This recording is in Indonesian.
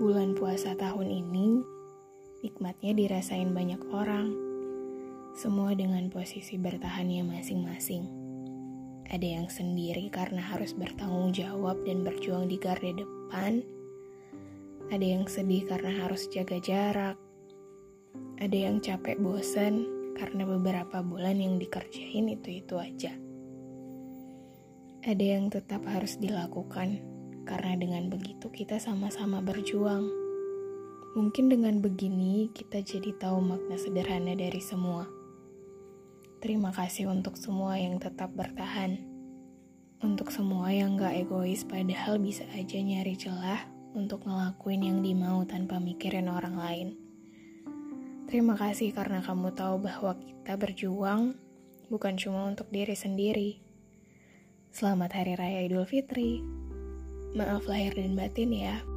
Bulan puasa tahun ini, nikmatnya dirasain banyak orang. Semua dengan posisi bertahannya masing-masing. Ada yang sendiri karena harus bertanggung jawab dan berjuang di garda depan. Ada yang sedih karena harus jaga jarak. Ada yang capek bosan karena beberapa bulan yang dikerjain itu-itu aja. Ada yang tetap harus dilakukan. Karena dengan begitu kita sama-sama berjuang. Mungkin dengan begini kita jadi tahu makna sederhana dari semua. Terima kasih untuk semua yang tetap bertahan. Untuk semua yang gak egois padahal bisa aja nyari celah untuk ngelakuin yang dimau tanpa mikirin orang lain. Terima kasih karena kamu tahu bahwa kita berjuang bukan cuma untuk diri sendiri. Selamat Hari Raya Idul Fitri. Maaf lahir dan batin ya.